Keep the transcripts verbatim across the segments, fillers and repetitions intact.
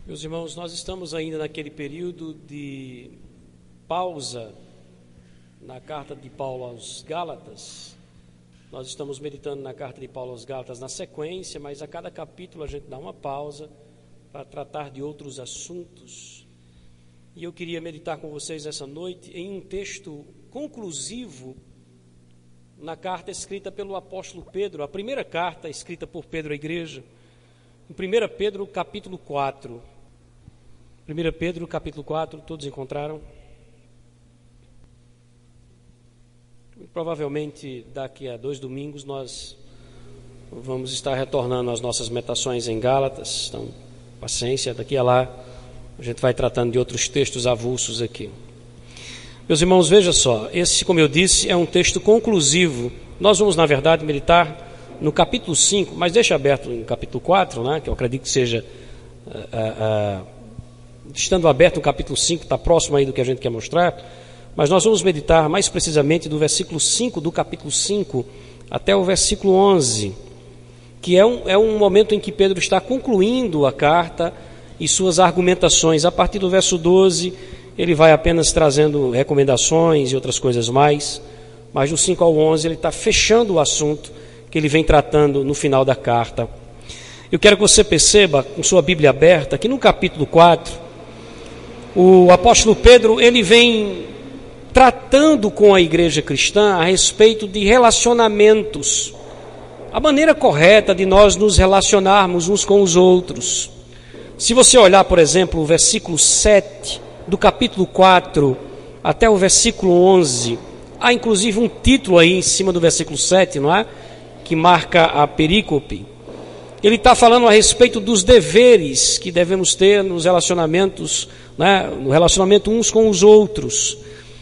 Meus irmãos, nós estamos ainda naquele período de pausa na carta de Paulo aos Gálatas. Nós estamos meditando na carta de Paulo aos Gálatas na sequência, mas a cada capítulo a gente dá uma pausa para tratar de outros assuntos. E eu queria meditar com vocês essa noite em um texto conclusivo na carta escrita pelo apóstolo Pedro, a primeira carta escrita por Pedro à igreja, em primeira Pedro capítulo quatro. primeira Pedro capítulo quatro, todos encontraram? Provavelmente daqui a dois domingos nós vamos estar retornando às nossas meditações em Gálatas, então paciência, daqui a lá a gente vai tratando de outros textos avulsos aqui. Meus irmãos, veja só, esse, como eu disse, é um texto conclusivo. Nós vamos, na verdade, meditar no capítulo cinco, mas deixa aberto no capítulo quatro, né, que eu acredito que seja, uh, uh, uh, estando aberto no capítulo cinco, está próximo aí do que a gente quer mostrar, mas nós vamos meditar mais precisamente do versículo cinco do capítulo cinco até o versículo onze, que é um, é um momento em que Pedro está concluindo a carta e suas argumentações. A partir do verso doze, ele vai apenas trazendo recomendações e outras coisas mais, mas do cinco ao onze ele está fechando o assunto que ele vem tratando no final da carta. Eu quero que você perceba, com sua Bíblia aberta, que no capítulo quatro, o apóstolo Pedro, ele vem tratando com a igreja cristã a respeito de relacionamentos, a maneira correta de nós nos relacionarmos uns com os outros. Se você olhar, por exemplo, o versículo sete do capítulo quatro até o versículo onze, há inclusive um título aí em cima do versículo sete, não é? Que marca a perícope. Ele está falando a respeito dos deveres que devemos ter nos relacionamentos, né? No relacionamento uns com os outros.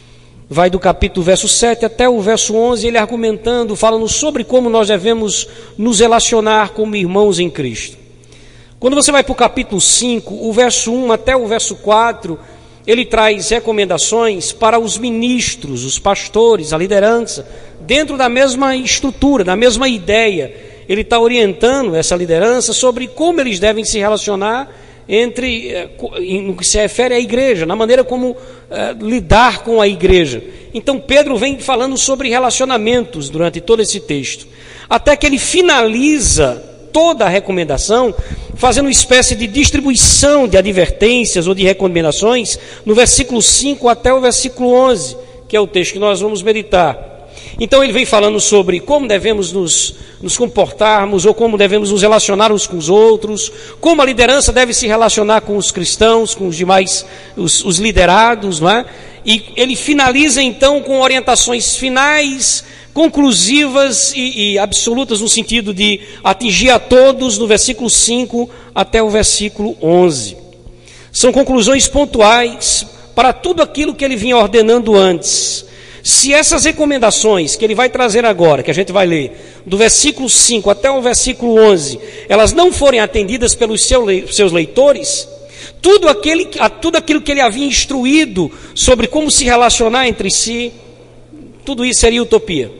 Vai do capítulo verso sete até o verso onze, ele argumentando, falando sobre como nós devemos nos relacionar como irmãos em Cristo. Quando você vai para o capítulo cinco, o verso um até o verso quatro, ele traz recomendações para os ministros, os pastores, a liderança, dentro da mesma estrutura, da mesma ideia. Ele está orientando essa liderança sobre como eles devem se relacionar entre, no que se refere à igreja, na maneira como eh, lidar com a igreja. Então Pedro vem falando sobre relacionamentos durante todo esse texto, até que ele finaliza toda a recomendação, fazendo uma espécie de distribuição de advertências ou de recomendações no versículo cinco até o versículo onze, que é o texto que nós vamos meditar. Então ele vem falando sobre como devemos nos, nos comportarmos, ou como devemos nos relacionar uns com os outros, como a liderança deve se relacionar com os cristãos, com os demais, os, os liderados, não é? E ele finaliza então com orientações finais, conclusivas e, e absolutas, no sentido de atingir a todos, no versículo cinco até o versículo onze. São conclusões pontuais para tudo aquilo que ele vinha ordenando antes. Se essas recomendações que ele vai trazer agora, que a gente vai ler, do versículo cinco até o versículo onze, elas não forem atendidas pelos seus leitores, tudo, aquele, tudo aquilo que ele havia instruído sobre como se relacionar entre si, tudo isso seria utopia.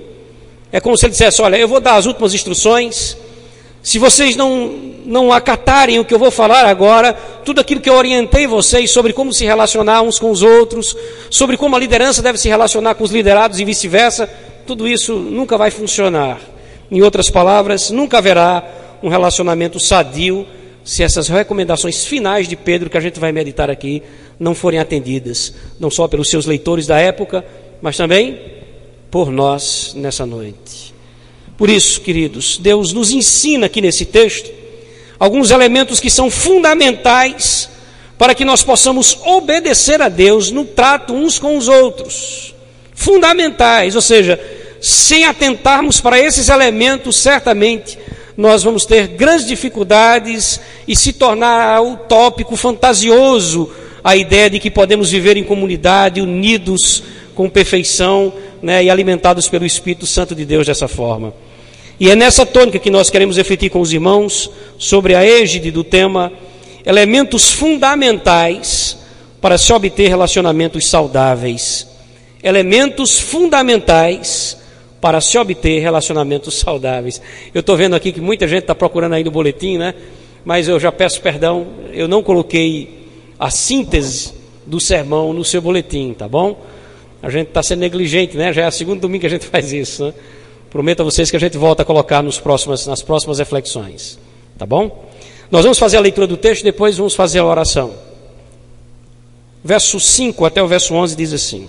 É como se ele dissesse: olha, eu vou dar as últimas instruções, se vocês não, não acatarem o que eu vou falar agora, tudo aquilo que eu orientei vocês sobre como se relacionar uns com os outros, sobre como a liderança deve se relacionar com os liderados e vice-versa, tudo isso nunca vai funcionar. Em outras palavras, nunca haverá um relacionamento sadio se essas recomendações finais de Pedro, que a gente vai meditar aqui, não forem atendidas, não só pelos seus leitores da época, mas também por nós nessa noite. Por isso, queridos, Deus nos ensina aqui nesse texto alguns elementos que são fundamentais para que nós possamos obedecer a Deus no trato uns com os outros. Fundamentais, ou seja, sem atentarmos para esses elementos, certamente nós vamos ter grandes dificuldades e se tornar utópico, fantasioso, a ideia de que podemos viver em comunidade, unidos com perfeição, né, e alimentados pelo Espírito Santo de Deus dessa forma. E é nessa tônica que nós queremos refletir com os irmãos sobre a égide do tema elementos fundamentais para se obter relacionamentos saudáveis. Elementos fundamentais para se obter relacionamentos saudáveis. Eu estou vendo aqui que muita gente está procurando aí no boletim, né? mas eu já peço perdão, eu não coloquei a síntese do sermão no seu boletim, tá bom? A gente está sendo negligente, né? Já é a segunda domingo que a gente faz isso, né? Prometo a vocês que a gente volta a colocar nos próximos, nas próximas reflexões, tá bom? Nós vamos fazer a leitura do texto, depois vamos fazer a oração. Verso cinco até o verso onze diz assim: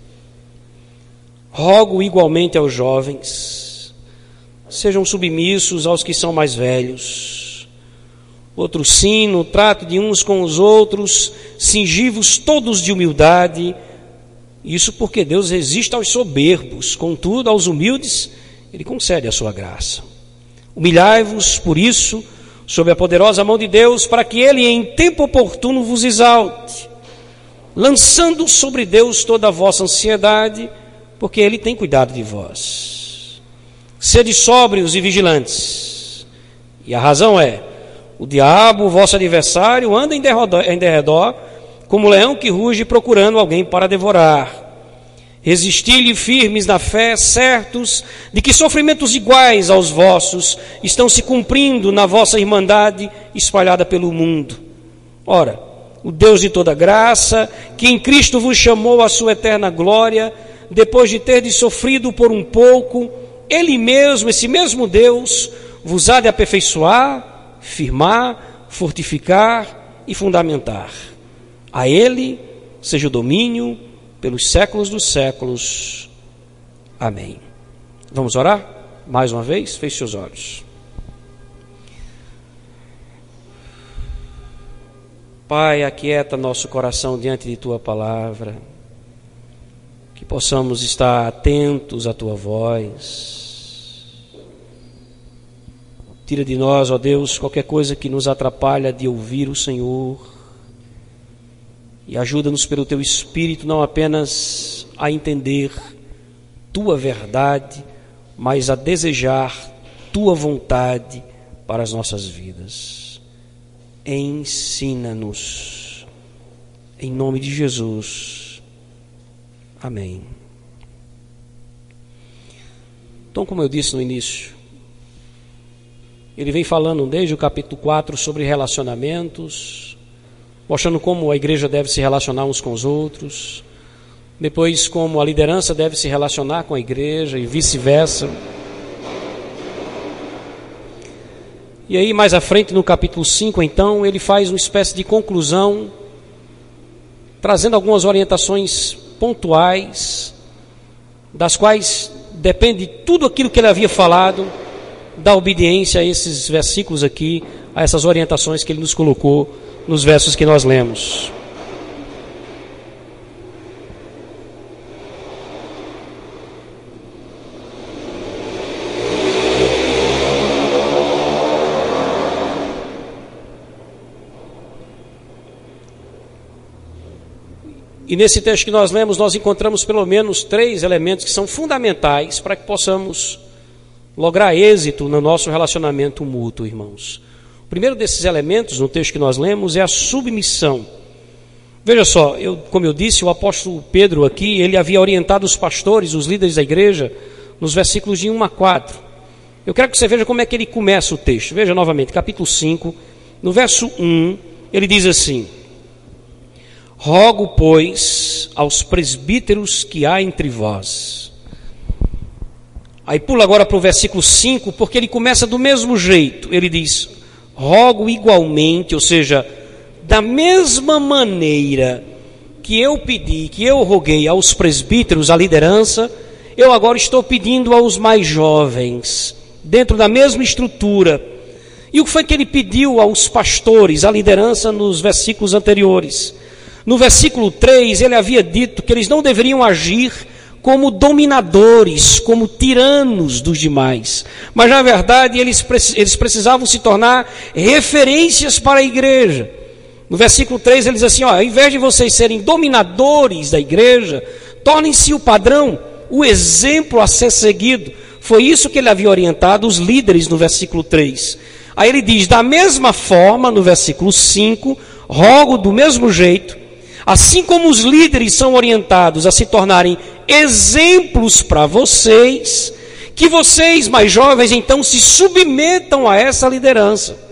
rogo igualmente aos jovens, sejam submissos aos que são mais velhos. Outro sino, trato de uns com os outros, cingivos todos de humildade. Isso porque Deus resiste aos soberbos, contudo aos humildes Ele concede a sua graça. Humilhai-vos, por isso, sob a poderosa mão de Deus, para que Ele em tempo oportuno vos exalte, lançando sobre Deus toda a vossa ansiedade, porque Ele tem cuidado de vós. Sede sóbrios e vigilantes. E a razão é: o diabo, o vosso adversário, anda em derredor, em derredor como leão que ruge procurando alguém para devorar. Resisti-lhe firmes na fé, certos de que sofrimentos iguais aos vossos estão se cumprindo na vossa irmandade espalhada pelo mundo. Ora, o Deus de toda graça, que em Cristo vos chamou à sua eterna glória, depois de terdes sofrido por um pouco, Ele mesmo, esse mesmo Deus, vos há de aperfeiçoar, firmar, fortificar e fundamentar. A Ele seja o domínio pelos séculos dos séculos. Amém. Vamos orar? Mais uma vez, feche seus olhos. Pai, aquieta nosso coração diante de Tua palavra, que possamos estar atentos à Tua voz. Tira de nós, ó Deus, qualquer coisa que nos atrapalha de ouvir o Senhor. E ajuda-nos pelo Teu Espírito não apenas a entender Tua verdade, mas a desejar Tua vontade para as nossas vidas. Ensina-nos. Em nome de Jesus. Amém. Então, como eu disse no início, ele vem falando desde o capítulo quatro sobre relacionamentos, mostrando como a igreja deve se relacionar uns com os outros, depois como a liderança deve se relacionar com a igreja e vice-versa. E aí mais à frente no capítulo cinco, então, ele faz uma espécie de conclusão, trazendo algumas orientações pontuais, das quais depende tudo aquilo que ele havia falado, da obediência a esses versículos aqui, a essas orientações que ele nos colocou nos versos que nós lemos. E nesse texto que nós lemos, nós encontramos pelo menos três elementos que são fundamentais para que possamos lograr êxito no nosso relacionamento mútuo, irmãos. O primeiro desses elementos, no texto que nós lemos, é a submissão. Veja só, eu, como eu disse, o apóstolo Pedro aqui, ele havia orientado os pastores, os líderes da igreja, nos versículos de um a quatro. Eu quero que você veja como é que ele começa o texto. Veja novamente, capítulo cinco, no verso um, ele diz assim: rogo, pois, aos presbíteros que há entre vós. Aí pula agora para o versículo cinco, porque ele começa do mesmo jeito. Ele diz: rogo igualmente, ou seja, da mesma maneira que eu pedi, que eu roguei aos presbíteros, à liderança, eu agora estou pedindo aos mais jovens, dentro da mesma estrutura. E o que foi que ele pediu aos pastores, à liderança, nos versículos anteriores? No versículo três, ele havia dito que eles não deveriam agir como dominadores, como tiranos dos demais, mas na verdade eles, eles precisavam se tornar referências para a igreja. No versículo três ele diz assim, ó, ao invés de vocês serem dominadores da igreja, tornem-se o padrão, o exemplo a ser seguido. Foi isso que ele havia orientado os líderes no versículo três. Aí ele diz, da mesma forma, no versículo cinco, rogo do mesmo jeito, assim como os líderes são orientados a se tornarem exemplos para vocês, que vocês mais jovens então se submetam a essa liderança.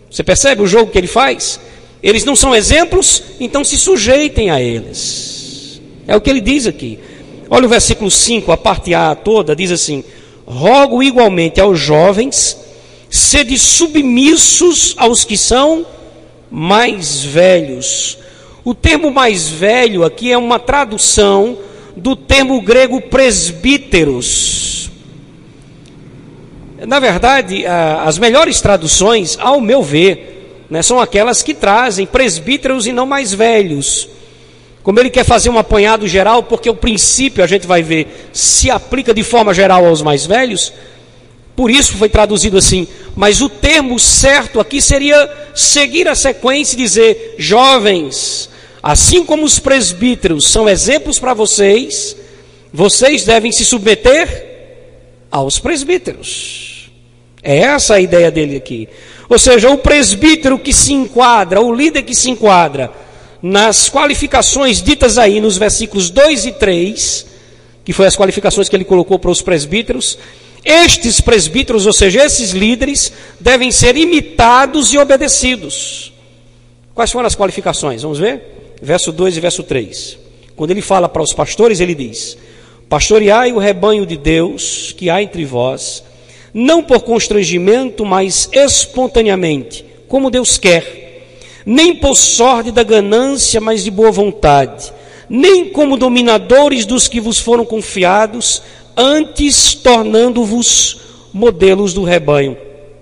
Você percebe o jogo que ele faz? Eles não são exemplos, então se sujeitem a eles. É o que ele diz aqui. Olha o versículo cinco, a parte A toda, diz assim: rogo igualmente aos jovens, sede submissos aos que são mais velhos. O termo mais velho aqui é uma tradução do termo grego presbíteros. Na verdade, as melhores traduções, ao meu ver, né, são aquelas que trazem presbíteros e não mais velhos. Como ele quer fazer um apanhado geral, porque o princípio, a gente vai ver, se aplica de forma geral aos mais velhos, por isso foi traduzido assim. Mas o termo certo aqui seria seguir a sequência e dizer: jovens, assim como os presbíteros são exemplos para vocês, vocês devem se submeter aos presbíteros. É essa a ideia dele aqui. Ou seja, o presbítero que se enquadra, o líder que se enquadra nas qualificações ditas aí nos versículos dois e três, que foi as qualificações que ele colocou para os presbíteros, estes presbíteros, ou seja, esses líderes, devem ser imitados e obedecidos. Quais foram as qualificações? Vamos ver? Verso dois e verso três. Quando ele fala para os pastores, ele diz: pastoreai o rebanho de Deus que há entre vós, não por constrangimento, mas espontaneamente, como Deus quer, nem por sorte da ganância, mas de boa vontade, nem como dominadores dos que vos foram confiados, antes tornando-vos modelos do rebanho.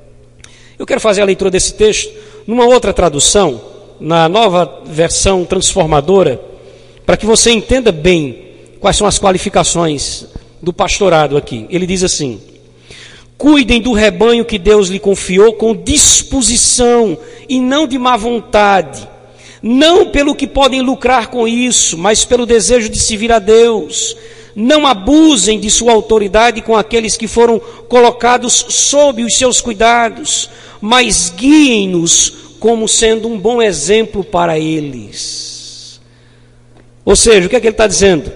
Eu quero fazer a leitura desse texto numa outra tradução, na Nova Versão Transformadora, para que você entenda bem quais são as qualificações do pastorado aqui. Ele diz assim: cuidem do rebanho que Deus lhe confiou com disposição e não de má vontade, não pelo que podem lucrar com isso, mas pelo desejo de servir a Deus. Não abusem de sua autoridade com aqueles que foram colocados sob os seus cuidados, mas guiem-nos como sendo um bom exemplo para eles. Ou seja, o que é que ele está dizendo?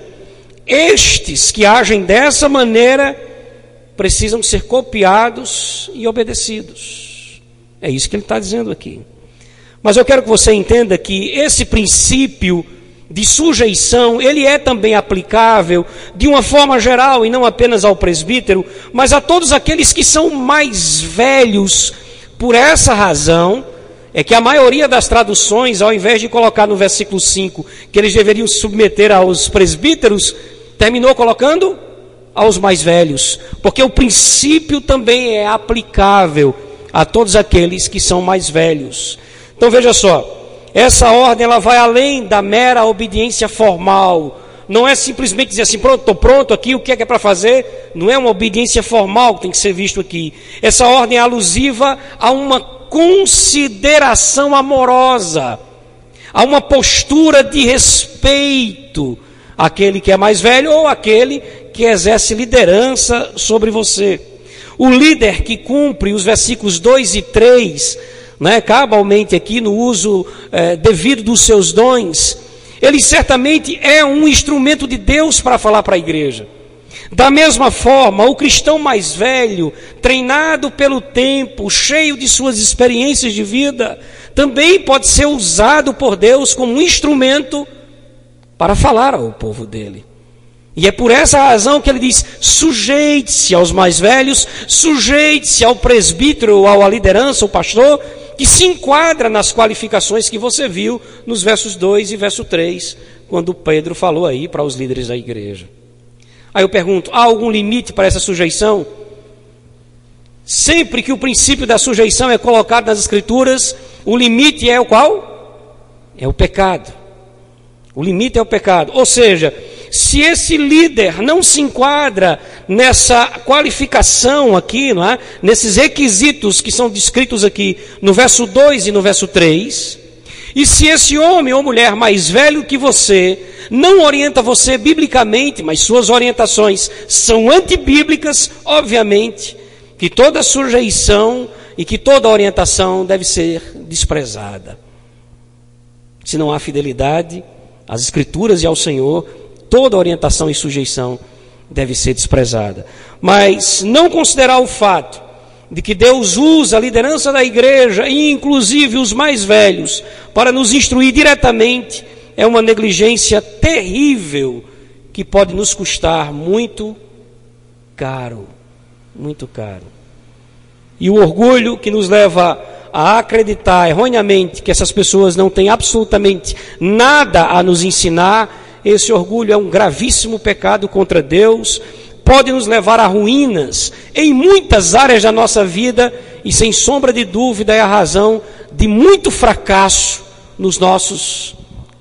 Estes que agem dessa maneira precisam ser copiados e obedecidos. É isso que ele está dizendo aqui. Mas eu quero que você entenda que esse princípio de sujeição, ele é também aplicável de uma forma geral, e não apenas ao presbítero, mas a todos aqueles que são mais velhos. Por essa razão, é que a maioria das traduções, ao invés de colocar no versículo cinco que eles deveriam se submeter aos presbíteros, terminou colocando aos mais velhos, porque o princípio também é aplicável a todos aqueles que são mais velhos. Então veja só, essa ordem ela vai além da mera obediência formal. Não é simplesmente dizer assim: pronto, estou pronto aqui, o que é que é para fazer? Não é uma obediência formal que tem que ser visto aqui. Essa ordem é alusiva a uma consideração amorosa, a uma postura de respeito àquele que é mais velho ou àquele que exerce liderança sobre você. O líder que cumpre os versículos dois e três, né, cabalmente aqui no uso eh, devido dos seus dons, ele certamente é um instrumento de Deus para falar para a igreja. Da mesma forma, o cristão mais velho, treinado pelo tempo, cheio de suas experiências de vida, também pode ser usado por Deus como um instrumento para falar ao povo dele. E é por essa razão que ele diz: sujeite-se aos mais velhos, sujeite-se ao presbítero ou à liderança, ao pastor, que se enquadra nas qualificações que você viu nos versos dois e verso três, quando Pedro falou aí para os líderes da igreja. Aí eu pergunto: há algum limite para essa sujeição? Sempre que o princípio da sujeição é colocado nas escrituras, o limite é o qual? É o pecado. O limite é o pecado. Ou seja, se esse líder não se enquadra nessa qualificação aqui, não é? Nesses requisitos que são descritos aqui no verso dois e no verso três, e se esse homem ou mulher mais velho que você não orienta você biblicamente, mas suas orientações são antibíblicas, obviamente que toda sujeição e que toda orientação deve ser desprezada. Se não há fidelidade às Escrituras e ao Senhor, toda orientação e sujeição deve ser desprezada. Mas não considerar o fato de que Deus usa a liderança da igreja, e inclusive os mais velhos, para nos instruir diretamente, é uma negligência terrível, que pode nos custar muito caro, muito caro. E o orgulho que nos leva a acreditar erroneamente que essas pessoas não têm absolutamente nada a nos ensinar, esse orgulho é um gravíssimo pecado contra Deus, pode nos levar a ruínas em muitas áreas da nossa vida, e sem sombra de dúvida é a razão de muito fracasso nos nossos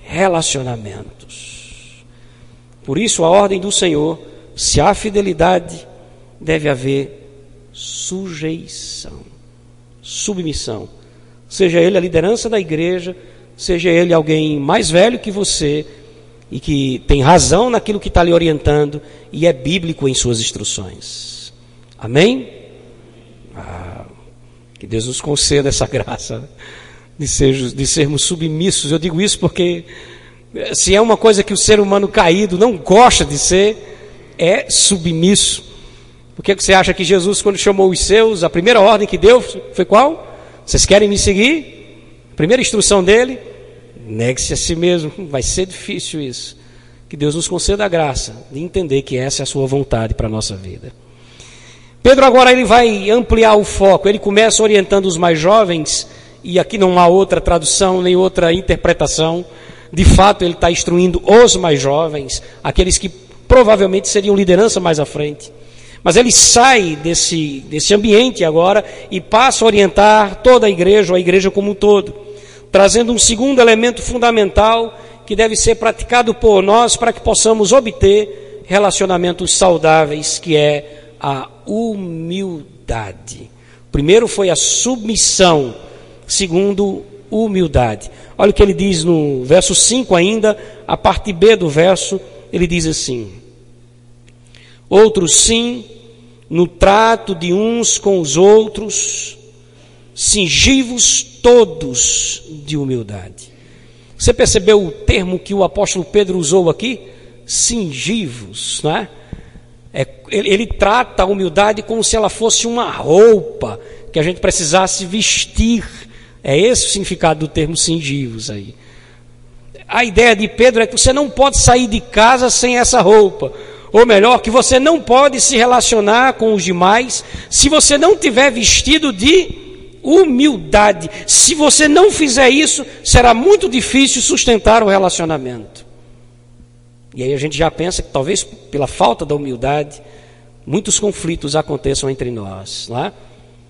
relacionamentos. Por isso a ordem do Senhor, se há fidelidade, deve haver sujeição, submissão, seja ele a liderança da igreja, seja ele alguém mais velho que você e que tem razão naquilo que está lhe orientando e é bíblico em suas instruções. Amém? Ah, que Deus nos conceda essa graça de, ser, de sermos submissos. Eu digo isso porque se é uma coisa que o ser humano caído não gosta de ser, é submisso. Por que você acha que Jesus, quando chamou os seus, a primeira ordem que deu foi qual? Vocês querem me seguir? A primeira instrução dele, negue-se a si mesmo. Vai ser difícil isso. Que Deus nos conceda a graça de entender que essa é a sua vontade para a nossa vida. Pedro agora ele vai ampliar o foco. Ele começa orientando os mais jovens, e aqui não há outra tradução, nem outra interpretação. De fato, ele está instruindo os mais jovens, aqueles que provavelmente seriam liderança mais à frente. Mas ele sai desse, desse ambiente agora e passa a orientar toda a igreja, ou a igreja como um todo, trazendo um segundo elemento fundamental que deve ser praticado por nós para que possamos obter relacionamentos saudáveis, que é a humildade. Primeiro foi a submissão, segundo, humildade. Olha o que ele diz no verso cinco ainda, a parte B do verso, ele diz assim: outros sim, no trato de uns com os outros, cingivos todos de humildade. Você percebeu o termo que o apóstolo Pedro usou aqui? Cingivos, não é? É, ele, ele trata a humildade como se ela fosse uma roupa que a gente precisasse vestir. É esse o significado do termo cingivos aí. A ideia de Pedro é que você não pode sair de casa sem essa roupa. Ou melhor, que você não pode se relacionar com os demais se você não tiver vestido de humildade. Se você não fizer isso, será muito difícil sustentar o relacionamento. E aí a gente já pensa que talvez pela falta da humildade, muitos conflitos aconteçam entre nós, não é?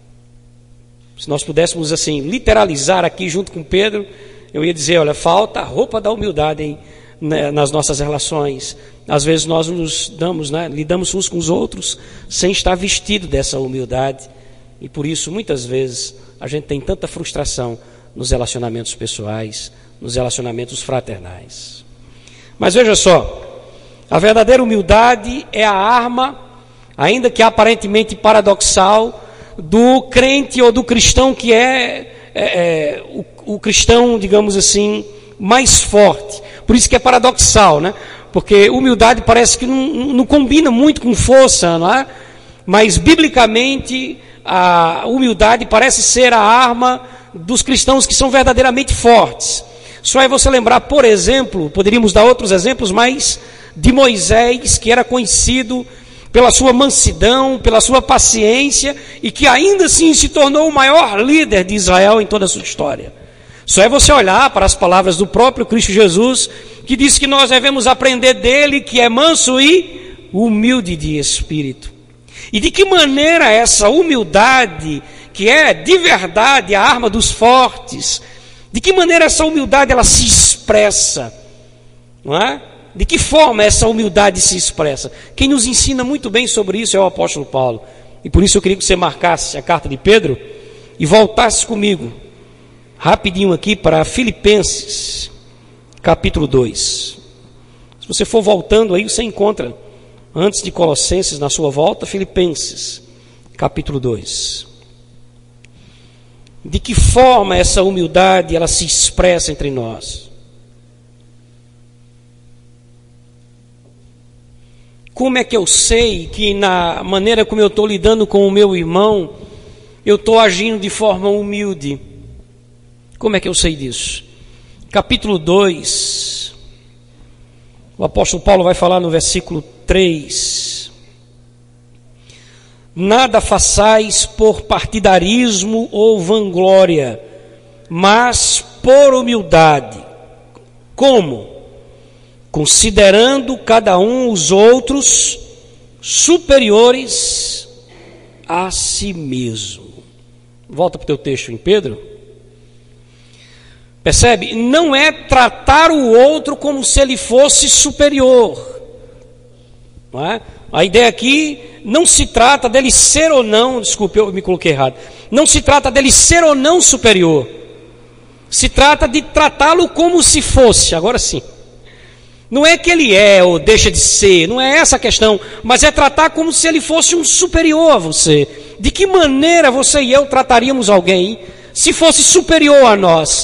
Se nós pudéssemos assim literalizar aqui junto com Pedro, eu ia dizer, olha, falta a roupa da humildade em, né, nas nossas relações. Às vezes nós nos damos, né, lidamos uns com os outros sem estar vestido dessa humildade, e por isso muitas vezes a gente tem tanta frustração nos relacionamentos pessoais, nos relacionamentos fraternais. Mas veja só, a verdadeira humildade é a arma, ainda que aparentemente paradoxal, do crente ou do cristão que é, é, é o, o cristão, digamos assim, mais forte. Por isso que é paradoxal, né? Porque humildade parece que não, não combina muito com força, não é? Mas biblicamente a humildade parece ser a arma dos cristãos que são verdadeiramente fortes. Só é você lembrar, por exemplo, poderíamos dar outros exemplos, mas de Moisés, que era conhecido pela sua mansidão, pela sua paciência, e que ainda assim se tornou o maior líder de Israel em toda a sua história. Só é você olhar para as palavras do próprio Cristo Jesus, que diz que nós devemos aprender dele, que é manso e humilde de espírito. E de que maneira essa humildade, que é de verdade a arma dos fortes, de que maneira essa humildade ela se expressa, não é? De que forma essa humildade se expressa? Quem nos ensina muito bem sobre isso é o apóstolo Paulo. E por isso eu queria que você marcasse a carta de Pedro e voltasse comigo rapidinho aqui para Filipenses, capítulo dois. Se você for voltando aí, você encontra, antes de Colossenses, na sua volta, Filipenses, capítulo dois. De que forma essa humildade ela se expressa entre nós? Como é que eu sei que na maneira como eu estou lidando com o meu irmão, eu estou agindo de forma humilde. Como é que eu sei disso? Capítulo dois, o apóstolo Paulo vai falar no versículo três. Nada façais por partidarismo ou vanglória, mas por humildade. Como? Considerando cada um os outros superiores a si mesmo. Volta para o teu texto em Pedro. Percebe? Não é tratar o outro como se ele fosse superior. Não é? A ideia aqui não se trata dele ser ou não, desculpe, eu me coloquei errado. Não se trata dele ser ou não superior. Se trata de tratá-lo como se fosse, agora sim. Não é que ele é ou deixa de ser, não é essa a questão, mas é tratar como se ele fosse um superior a você. De que maneira você e eu trataríamos alguém se fosse superior a nós?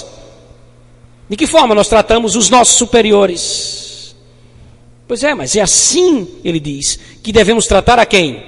De que forma nós tratamos os nossos superiores? Pois é, mas é assim, ele diz, que devemos tratar a quem?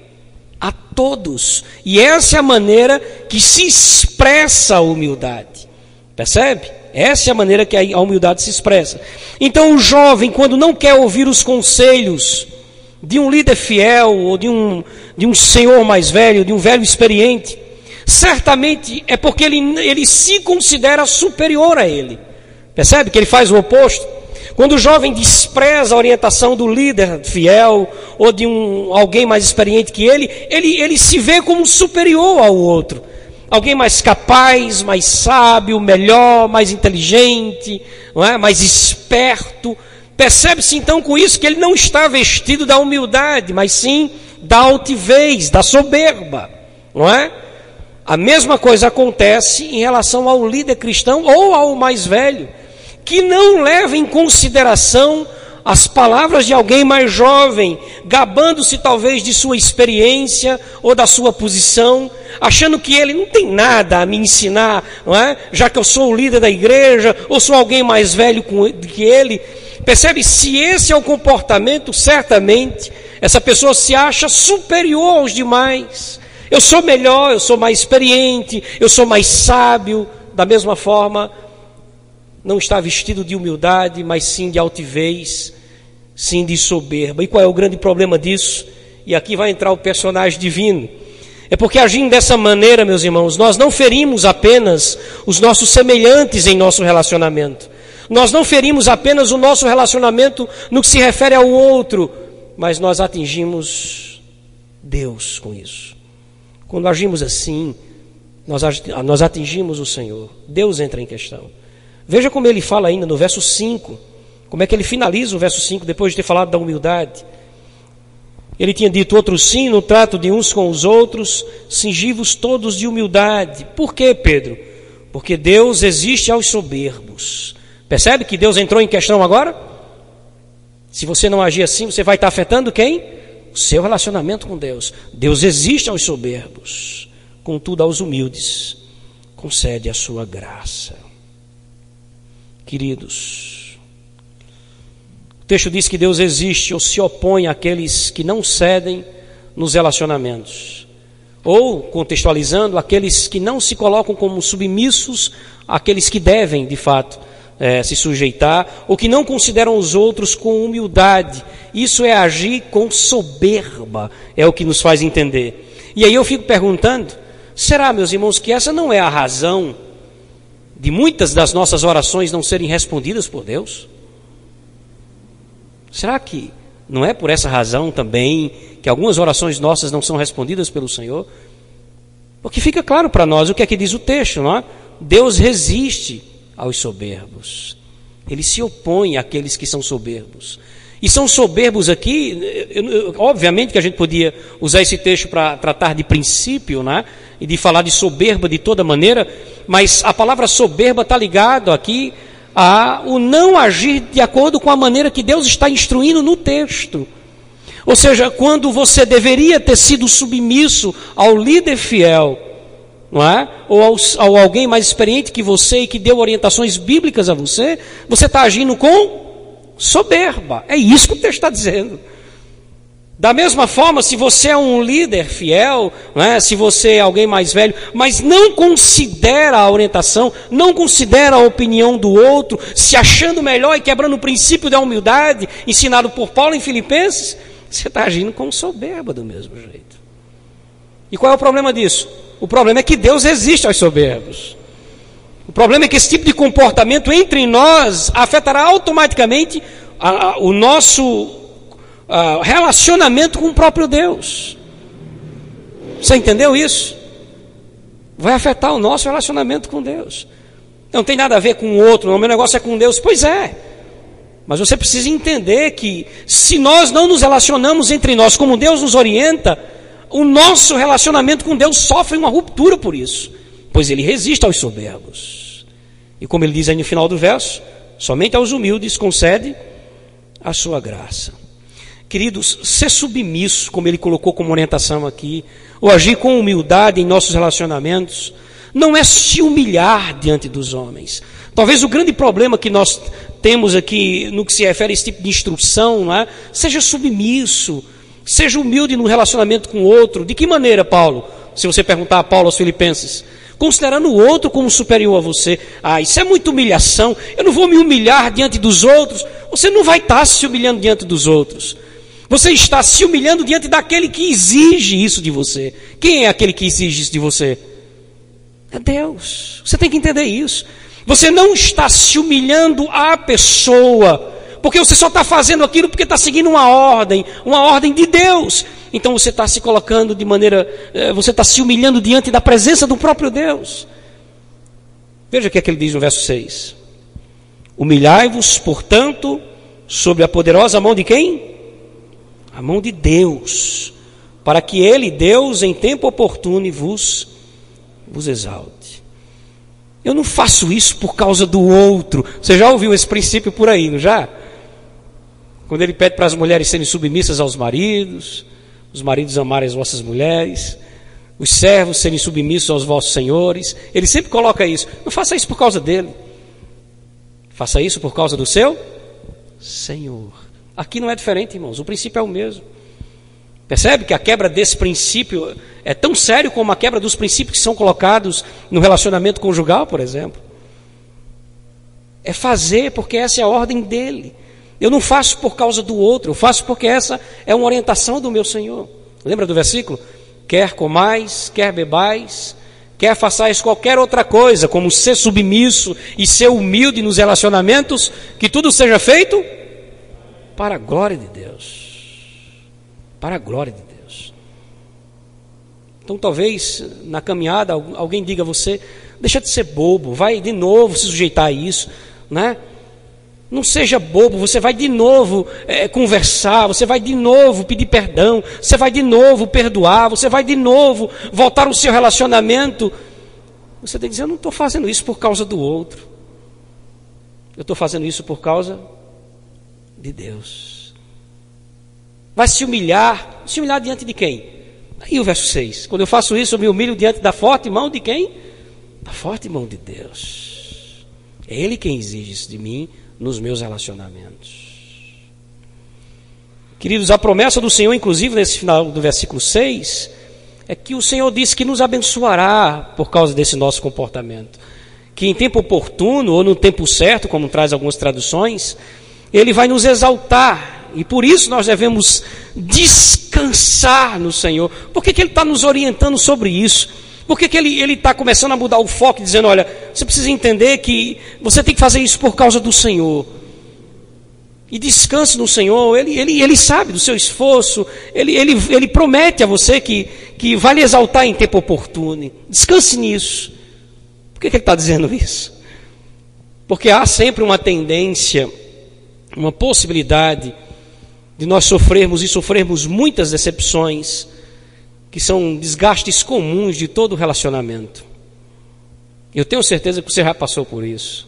A todos. E essa é a maneira que se expressa a humildade. Percebe? Essa é a maneira que a humildade se expressa. Então o jovem, quando não quer ouvir os conselhos de um líder fiel, ou de um, de um senhor mais velho, de um velho experiente, certamente é porque ele, ele se considera superior a ele. Percebe que ele faz o oposto? Quando o jovem despreza a orientação do líder fiel, ou de um, alguém mais experiente que ele, ele, ele se vê como superior ao outro. Alguém mais capaz, mais sábio, melhor, mais inteligente, não é? Mais esperto. Percebe-se então com isso que ele não está vestido da humildade, mas sim da altivez, da soberba, não é? A mesma coisa acontece em relação ao líder cristão ou ao mais velho, que não leva em consideração as palavras de alguém mais jovem, gabando-se talvez de sua experiência ou da sua posição, achando que ele não tem nada a me ensinar, não é? Já que eu sou o líder da igreja, ou sou alguém mais velho que ele. Percebe? Se esse é o comportamento, certamente essa pessoa se acha superior aos demais. Eu sou melhor, eu sou mais experiente, eu sou mais sábio. Da mesma forma, não está vestido de humildade, mas sim de altivez, sim de soberba. E qual é o grande problema disso? E aqui vai entrar o personagem divino. É porque agindo dessa maneira, meus irmãos, nós não ferimos apenas os nossos semelhantes em nosso relacionamento. Nós não ferimos apenas o nosso relacionamento no que se refere ao outro, mas nós atingimos Deus com isso. Quando agimos assim, nós atingimos o Senhor. Deus entra em questão. Veja como ele fala ainda no verso cinco, como é que ele finaliza o verso cinco, depois de ter falado da humildade. Ele tinha dito: outros sim, no trato de uns com os outros, cingi-vos todos de humildade. Por quê, Pedro? Porque Deus resiste aos soberbos. Percebe que Deus entrou em questão agora? Se você não agir assim, você vai estar afetando quem? O seu relacionamento com Deus. Deus resiste aos soberbos, contudo aos humildes concede a sua graça. Queridos, o texto diz que Deus resiste ou se opõe àqueles que não cedem nos relacionamentos. Ou, contextualizando, aqueles que não se colocam como submissos àqueles que devem, de fato, é, se sujeitar, ou que não consideram os outros com humildade. Isso é agir com soberba, é o que nos faz entender. E aí eu fico perguntando, será, meus irmãos, que essa não é a razão de muitas das nossas orações não serem respondidas por Deus? Será que não é por essa razão também que algumas orações nossas não são respondidas pelo Senhor? Porque fica claro para nós o que é que diz o texto, não é? Deus resiste aos soberbos. Ele se opõe àqueles que são soberbos. E são soberbos aqui, eu, eu, obviamente que a gente podia usar esse texto para tratar de princípio, né? E de falar de soberba de toda maneira, mas a palavra soberba está ligado aqui a o não agir de acordo com a maneira que Deus está instruindo no texto. Ou seja, quando você deveria ter sido submisso ao líder fiel, não é? Ou ao, ao alguém mais experiente que você e que deu orientações bíblicas a você, você está agindo com soberba. É isso que o texto está dizendo. Da mesma forma, se você é um líder fiel, né, se você é alguém mais velho, mas não considera a orientação, não considera a opinião do outro, se achando melhor e quebrando o princípio da humildade, ensinado por Paulo em Filipenses, você está agindo com soberba do mesmo jeito. E qual é o problema disso? O problema é que Deus resiste aos soberbos. O problema é que esse tipo de comportamento entre nós afetará automaticamente a, a, o nosso a, relacionamento com o próprio Deus. Você entendeu isso? Vai afetar o nosso relacionamento com Deus. Não tem nada a ver com o outro, não, o meu negócio é com Deus. Pois é. Mas você precisa entender que se nós não nos relacionamos entre nós como Deus nos orienta, o nosso relacionamento com Deus sofre uma ruptura por isso, pois Ele resiste aos soberbos. E como Ele diz aí no final do verso, somente aos humildes concede a sua graça. Queridos, ser submisso, como Ele colocou como orientação aqui, ou agir com humildade em nossos relacionamentos, não é se humilhar diante dos homens. Talvez o grande problema que nós temos aqui no que se refere a esse tipo de instrução, não é? Seja submisso, seja humilde no relacionamento com o outro. De que maneira, Paulo? Se você perguntar a Paulo aos Filipenses, considerando o outro como superior a você. Ah, isso é muita humilhação, eu não vou me humilhar diante dos outros. Você não vai estar se humilhando diante dos outros. Você está se humilhando diante daquele que exige isso de você. Quem é aquele que exige isso de você? É Deus. Você tem que entender isso. Você não está se humilhando à pessoa, porque você só está fazendo aquilo porque está seguindo uma ordem, uma ordem de Deus. Então você está se colocando de maneira, você está se humilhando diante da presença do próprio Deus. Veja o que é que ele diz no verso seis. Humilhai-vos, portanto, sob a poderosa mão de quem? A mão de Deus, para que Ele, Deus, em tempo oportuno, vos, vos exalte. Eu não faço isso por causa do outro. Você já ouviu esse princípio por aí, não já? Quando ele pede para as mulheres serem submissas aos maridos, os maridos amarem as vossas mulheres, os servos serem submissos aos vossos senhores, ele sempre coloca isso. Não faça isso por causa dele. Faça isso por causa do seu Senhor. Aqui não é diferente, irmãos. O princípio é o mesmo. Percebe que a quebra desse princípio é tão sério como a quebra dos princípios que são colocados no relacionamento conjugal, por exemplo. É fazer porque essa é a ordem dele. Eu não faço por causa do outro, eu faço porque essa é uma orientação do meu Senhor. Lembra do versículo? Quer comais, quer bebais, quer façais qualquer outra coisa, como ser submisso e ser humilde nos relacionamentos, que tudo seja feito para a glória de Deus. Para a glória de Deus. Então talvez na caminhada alguém diga a você, deixa de ser bobo, vai de novo se sujeitar a isso, né? Não seja bobo, você vai de novo é, conversar, você vai de novo pedir perdão, você vai de novo perdoar, você vai de novo voltar ao seu relacionamento. Você tem que dizer, eu não estou fazendo isso por causa do outro. Eu estou fazendo isso por causa de Deus. Vai se humilhar, se humilhar diante de quem? Aí o verso seis, quando eu faço isso eu me humilho diante da forte mão de quem? Da forte mão de Deus. É Ele quem exige isso de mim nos meus relacionamentos. Queridos, a promessa do Senhor, inclusive nesse final do versículo seis, é que o Senhor disse que nos abençoará por causa desse nosso comportamento, que em tempo oportuno ou no tempo certo, como traz algumas traduções, Ele vai nos exaltar, e por isso nós devemos descansar no Senhor. Por que que Ele está nos orientando sobre isso? Por que que Ele está começando a mudar o foco, dizendo, olha, você precisa entender que você tem que fazer isso por causa do Senhor. E descanse no Senhor, Ele, ele, ele sabe do seu esforço, ele, ele, ele promete a você que, que vai lhe exaltar em tempo oportuno. Descanse nisso. Por que que Ele está dizendo isso? Porque há sempre uma tendência, uma possibilidade de nós sofrermos e sofrermos muitas decepções, que são desgastes comuns de todo relacionamento. Eu tenho certeza que você já passou por isso.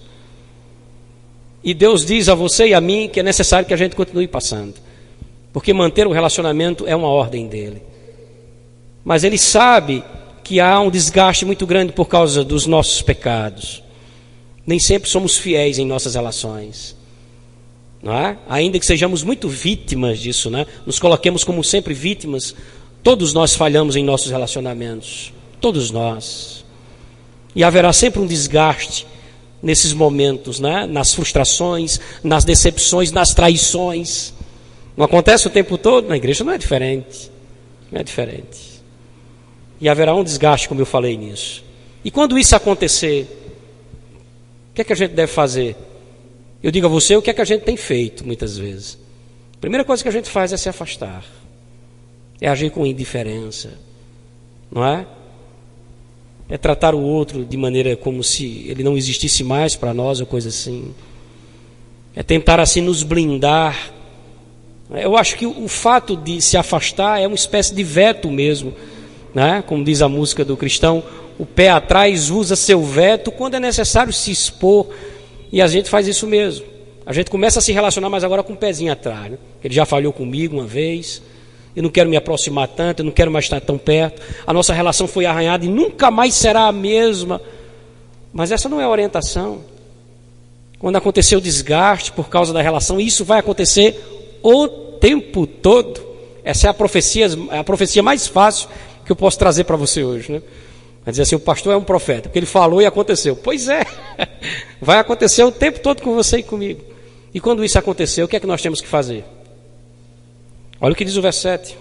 E Deus diz a você e a mim que é necessário que a gente continue passando, porque manter o relacionamento é uma ordem dele. Mas Ele sabe que há um desgaste muito grande por causa dos nossos pecados. Nem sempre somos fiéis em nossas relações. não é? Ainda que sejamos muito vítimas disso, né? Nos coloquemos como sempre vítimas, todos nós falhamos em nossos relacionamentos, todos nós. E haverá sempre um desgaste nesses momentos, né? Nas frustrações, nas decepções, nas traições. Não acontece o tempo todo? Na igreja não é diferente. Não é diferente. E haverá um desgaste, como eu falei nisso. E quando isso acontecer, o que é que a gente deve fazer? Eu digo a você o que é que a gente tem feito muitas vezes. A primeira coisa que a gente faz é se afastar. É agir com indiferença. Não é? É tratar o outro de maneira como se ele não existisse mais para nós ou coisa assim. É tentar assim nos blindar. Eu acho que o fato de se afastar é uma espécie de veto mesmo, né? Como diz a música do cristão, o pé atrás usa seu veto quando é necessário se expor. E a gente faz isso mesmo. A gente começa a se relacionar mais agora com o pezinho atrás, né? Ele já falhou comigo uma vez, eu não quero me aproximar tanto, eu não quero mais estar tão perto, a nossa relação foi arranhada e nunca mais será a mesma. Mas essa não é a orientação. Quando acontecer o desgaste por causa da relação, isso vai acontecer o tempo todo. Essa é a profecia, a profecia mais fácil que eu posso trazer para você hoje, né? Vai dizer assim, o pastor é um profeta, porque ele falou e aconteceu. Pois é, vai acontecer o tempo todo com você e comigo. E quando isso acontecer, o que é que nós temos que fazer? Olha o que diz o verso sete.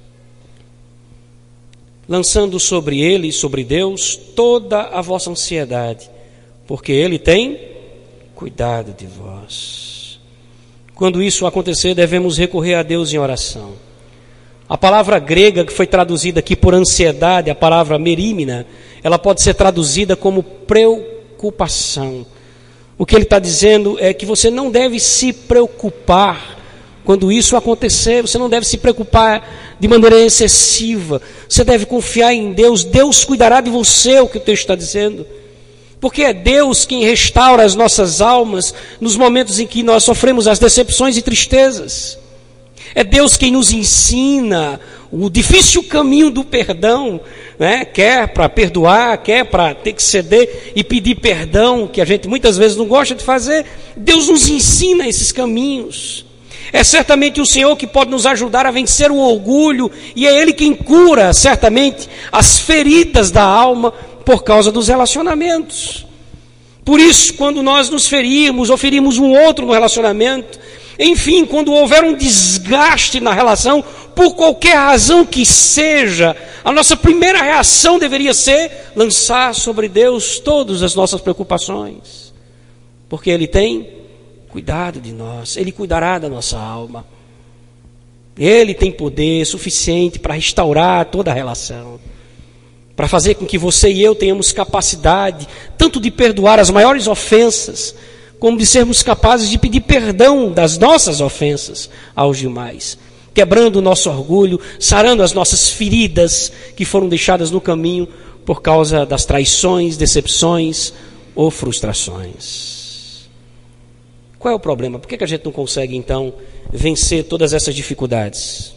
Lançando sobre ele, sobre Deus, toda a vossa ansiedade, porque ele tem cuidado de vós. Quando isso acontecer, devemos recorrer a Deus em oração. A palavra grega que foi traduzida aqui por ansiedade, a palavra merímina, ela pode ser traduzida como preocupação. O que ele está dizendo é que você não deve se preocupar quando isso acontecer, você não deve se preocupar de maneira excessiva. Você deve confiar em Deus, Deus cuidará de você, é o que o texto está dizendo. Porque é Deus quem restaura as nossas almas nos momentos em que nós sofremos as decepções e tristezas. É Deus quem nos ensina o difícil caminho do perdão, né? Quer para perdoar, quer para ter que ceder e pedir perdão, que a gente muitas vezes não gosta de fazer. Deus nos ensina esses caminhos. É certamente o Senhor que pode nos ajudar a vencer o orgulho, e é Ele quem cura, certamente, as feridas da alma por causa dos relacionamentos. Por isso, quando nós nos ferirmos ou ferimos um outro no relacionamento, enfim, quando houver um desgaste na relação, por qualquer razão que seja, a nossa primeira reação deveria ser lançar sobre Deus todas as nossas preocupações. Porque Ele tem cuidado de nós, Ele cuidará da nossa alma. Ele tem poder suficiente para restaurar toda a relação, para fazer com que você e eu tenhamos capacidade, tanto de perdoar as maiores ofensas, como de sermos capazes de pedir perdão das nossas ofensas aos demais, quebrando o nosso orgulho, sarando as nossas feridas que foram deixadas no caminho por causa das traições, decepções ou frustrações. Qual é o problema? Por que a gente não consegue, então, vencer todas essas dificuldades?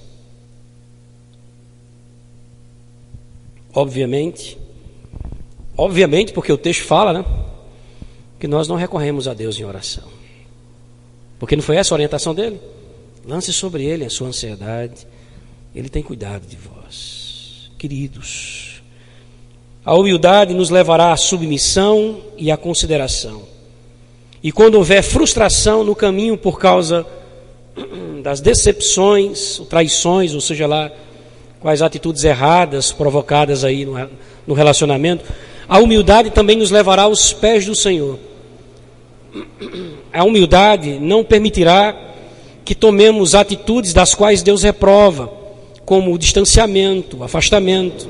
Obviamente, obviamente, porque o texto fala, né? Que nós não recorremos a Deus em oração. Porque não foi essa a orientação dele? Lance sobre ele a sua ansiedade. Ele tem cuidado de vós. Queridos, a humildade nos levará à submissão e à consideração. E quando houver frustração no caminho por causa das decepções, ou traições, ou seja lá, quais atitudes erradas provocadas aí no, no relacionamento, a humildade também nos levará aos pés do Senhor. A humildade não permitirá que tomemos atitudes das quais Deus reprova, como o distanciamento, o afastamento.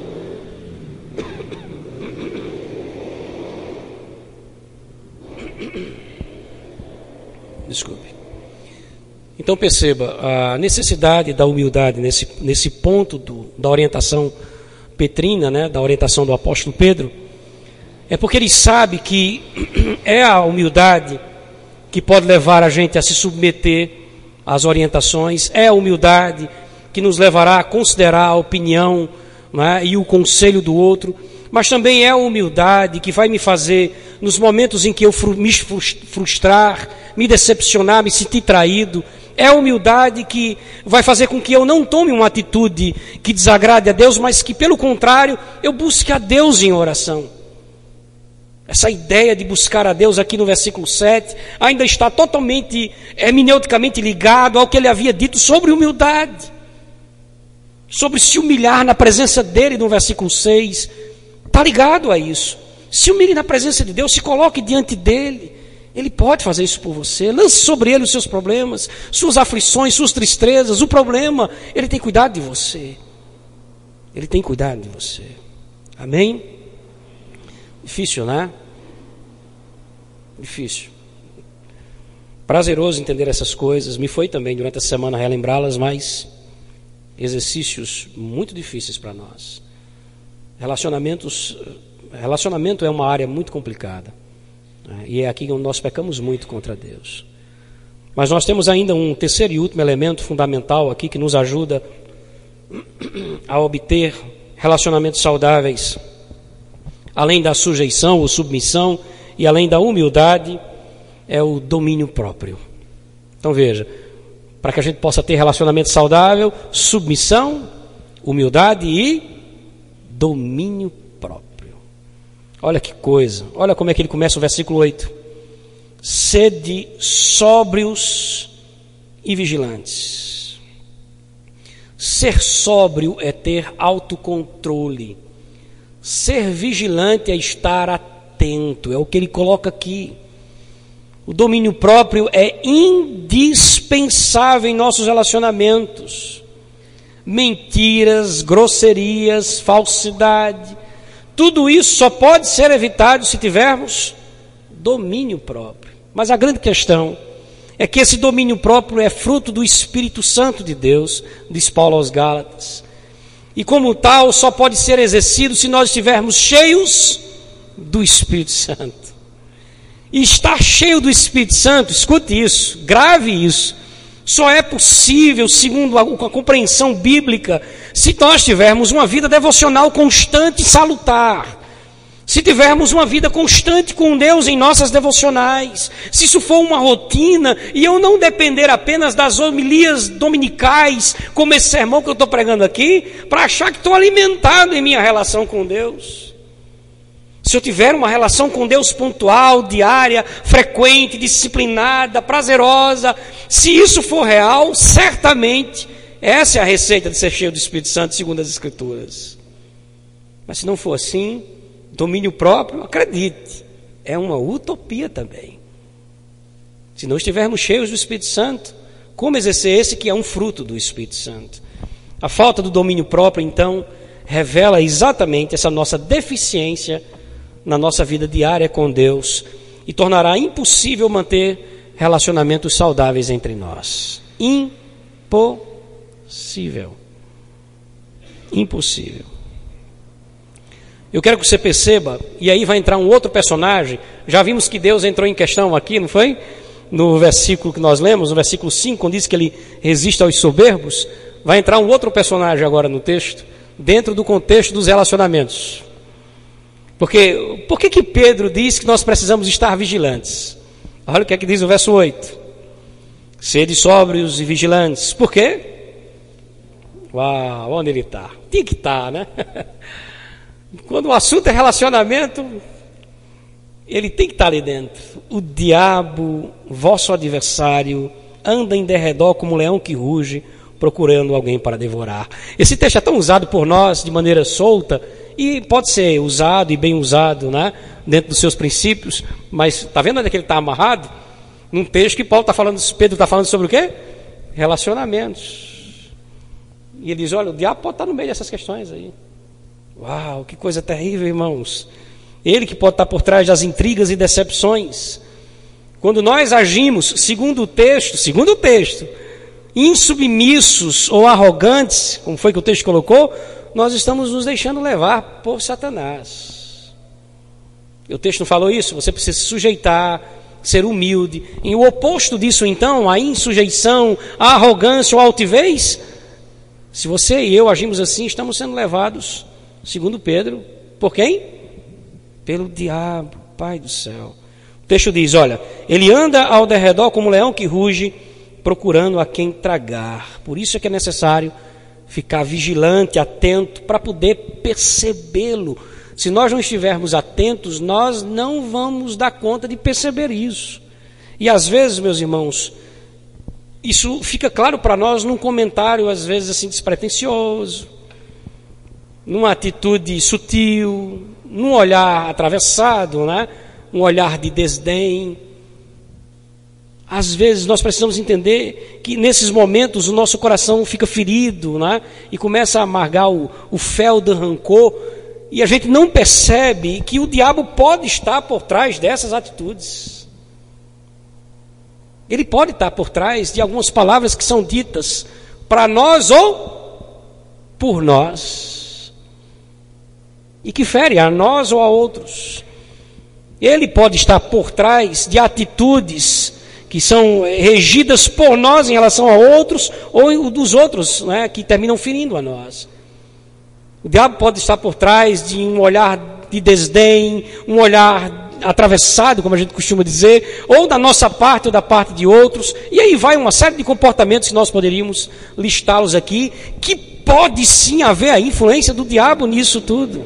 Desculpe. Então perceba a necessidade da humildade nesse, nesse ponto do, da orientação petrina, né, da orientação do apóstolo Pedro. É porque ele sabe que é a humildade que pode levar a gente a se submeter às orientações, é a humildade que nos levará a considerar a opinião, né, e o conselho do outro, mas também é a humildade que vai me fazer, nos momentos em que eu me frustrar, me decepcionar, me sentir traído, é a humildade que vai fazer com que eu não tome uma atitude que desagrade a Deus, mas que, pelo contrário, eu busque a Deus em oração. Essa ideia de buscar a Deus aqui no versículo sete ainda está totalmente, hermeneuticamente ligado ao que ele havia dito sobre humildade. Sobre se humilhar na presença dele no versículo seis. Está ligado a isso. Se humilhe na presença de Deus, se coloque diante dele. Ele pode fazer isso por você. Lance sobre ele os seus problemas, suas aflições, suas tristezas. O problema, ele tem cuidado de você. Ele tem cuidado de você. Amém? Difícil, né? Difícil. Prazeroso entender essas coisas. Me foi também durante a semana relembrá-las, mas exercícios muito difíceis para nós. Relacionamentos, relacionamento é uma área muito complicada, né? E é aqui onde nós pecamos muito contra Deus. Mas nós temos ainda um terceiro e último elemento fundamental aqui que nos ajuda a obter relacionamentos saudáveis. Além da sujeição ou submissão e além da humildade, é o domínio próprio. Então veja, para que a gente possa ter relacionamento saudável, submissão, humildade e domínio próprio. Olha que coisa, olha como é que ele começa o versículo oito. Sede sóbrios e vigilantes. Ser sóbrio é ter autocontrole. Ser vigilante é estar atento, é o que ele coloca aqui. O domínio próprio é indispensável em nossos relacionamentos. Mentiras, grosserias, falsidade, tudo isso só pode ser evitado se tivermos domínio próprio. Mas a grande questão é que esse domínio próprio é fruto do Espírito Santo de Deus, diz Paulo aos Gálatas. E como tal, só pode ser exercido se nós estivermos cheios do Espírito Santo. E estar cheio do Espírito Santo, escute isso, grave isso, só é possível, segundo a, a compreensão bíblica, se nós tivermos uma vida devocional constante e salutar. Se tivermos uma vida constante com Deus em nossas devocionais, se isso for uma rotina e eu não depender apenas das homilias dominicais, como esse sermão que eu estou pregando aqui, para achar que estou alimentado em minha relação com Deus. Se eu tiver uma relação com Deus pontual, diária, frequente, disciplinada, prazerosa, se isso for real, certamente essa é a receita de ser cheio do Espírito Santo, segundo as Escrituras. Mas se não for assim, domínio próprio, acredite, é uma utopia também. Se não estivermos cheios do Espírito Santo, como exercer esse que é um fruto do Espírito Santo? A falta do domínio próprio, então, revela exatamente essa nossa deficiência na nossa vida diária com Deus e tornará impossível manter relacionamentos saudáveis entre nós. Impossível. Impossível. Eu quero que você perceba, e aí vai entrar um outro personagem. Já vimos que Deus entrou em questão aqui, não foi? No versículo que nós lemos, no versículo cinco, quando diz que ele resiste aos soberbos, vai entrar um outro personagem agora no texto, dentro do contexto dos relacionamentos. Porque, por que que Pedro diz que nós precisamos estar vigilantes? Olha o que é que diz o verso oito. Sede sóbrios e vigilantes. Por quê? Uau, onde ele está? Tem que estar, né? Quando o assunto é relacionamento, ele tem que estar ali dentro. O diabo, vosso adversário, anda em derredor como um leão que ruge, procurando alguém para devorar. Esse texto é tão usado por nós de maneira solta, e pode ser usado e bem usado, né, dentro dos seus princípios, mas está vendo onde é que ele está amarrado? Num texto que Paulo está falando, Pedro está falando sobre o quê? Relacionamentos. E ele diz, olha, o diabo pode estar no meio dessas questões aí. Uau, que coisa terrível, irmãos. Ele que pode estar por trás das intrigas e decepções. Quando nós agimos, segundo o texto, segundo o texto, insubmissos ou arrogantes, como foi que o texto colocou, nós estamos nos deixando levar por Satanás. O texto não falou isso? Você precisa se sujeitar, ser humilde. E o oposto disso, então, a insujeição, a arrogância ou a altivez, se você e eu agimos assim, estamos sendo levados, segundo Pedro, Por quem? Pelo diabo, Pai do céu. O texto diz, olha, ele anda ao derredor como um leão que ruge, procurando a quem tragar. Por isso é que é necessário ficar vigilante, atento, para poder percebê-lo. Se nós não estivermos atentos, nós não vamos dar conta de perceber isso. E às vezes, meus irmãos, isso fica claro para nós num comentário, às vezes assim, despretensioso, numa atitude sutil, num olhar atravessado, né? Um olhar de desdém. Às vezes nós precisamos entender que nesses momentos o nosso coração fica ferido, né? E começa a amargar o, o fel do rancor, e a gente não percebe que o diabo pode estar por trás dessas atitudes. Ele pode estar por trás de algumas palavras que são ditas para nós ou por nós, e que ferem a nós ou a outros. Ele pode estar por trás de atitudes que são regidas por nós em relação a outros, ou dos outros, né, que terminam ferindo a nós. O diabo pode estar por trás de um olhar de desdém, um olhar atravessado, como a gente costuma dizer, ou da nossa parte ou da parte de outros, e aí vai uma série de comportamentos que nós poderíamos listá-los aqui, que pode sim haver a influência do diabo nisso tudo.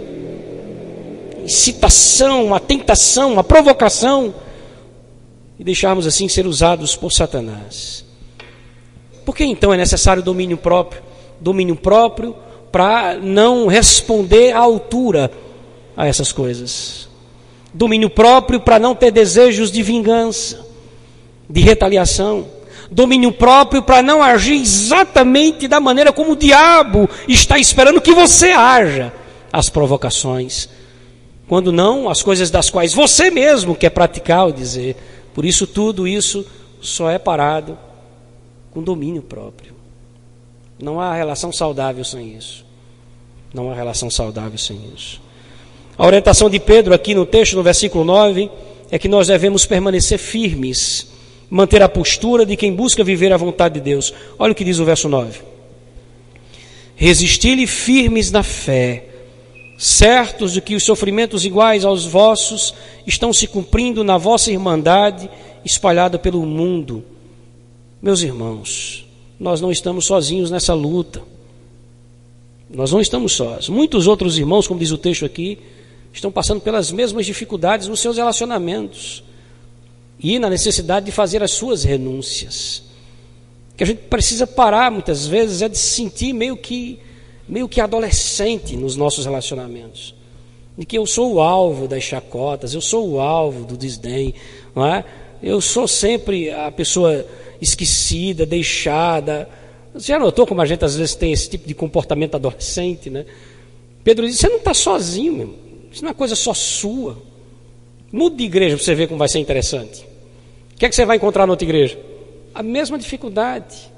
Incitação, uma tentação, uma provocação, e deixarmos assim ser usados por Satanás. Por que então é necessário domínio próprio? Domínio próprio para não responder à altura a essas coisas. Domínio próprio para não ter desejos de vingança, de retaliação. Domínio próprio para não agir exatamente da maneira como o diabo está esperando que você haja às provocações. Quando não, as coisas das quais você mesmo quer praticar ou dizer. Por isso, tudo isso só é parado com domínio próprio. Não há relação saudável sem isso. Não há relação saudável sem isso. A orientação de Pedro aqui no texto, no versículo nove, é que nós devemos permanecer firmes, manter a postura de quem busca viver a vontade de Deus. Olha o que diz o verso nove. Resisti-lhe firmes na fé, certos de que os sofrimentos iguais aos vossos estão se cumprindo na vossa irmandade espalhada pelo mundo. Meus irmãos, nós não estamos sozinhos nessa luta. Nós não estamos sós. Muitos outros irmãos, como diz o texto aqui, estão passando pelas mesmas dificuldades nos seus relacionamentos e na necessidade de fazer as suas renúncias. O que a gente precisa parar muitas vezes é de se sentir meio que meio que adolescente nos nossos relacionamentos, de que eu sou o alvo das chacotas, eu sou o alvo do desdém, não é? Eu sou sempre a pessoa esquecida, deixada. Você já notou como a gente às vezes tem esse tipo de comportamento adolescente, né? Pedro diz, você não está sozinho, meu irmão. Isso não é coisa só sua. Mude de igreja para você ver como vai ser interessante. O que é que você vai encontrar na outra igreja? A mesma dificuldade.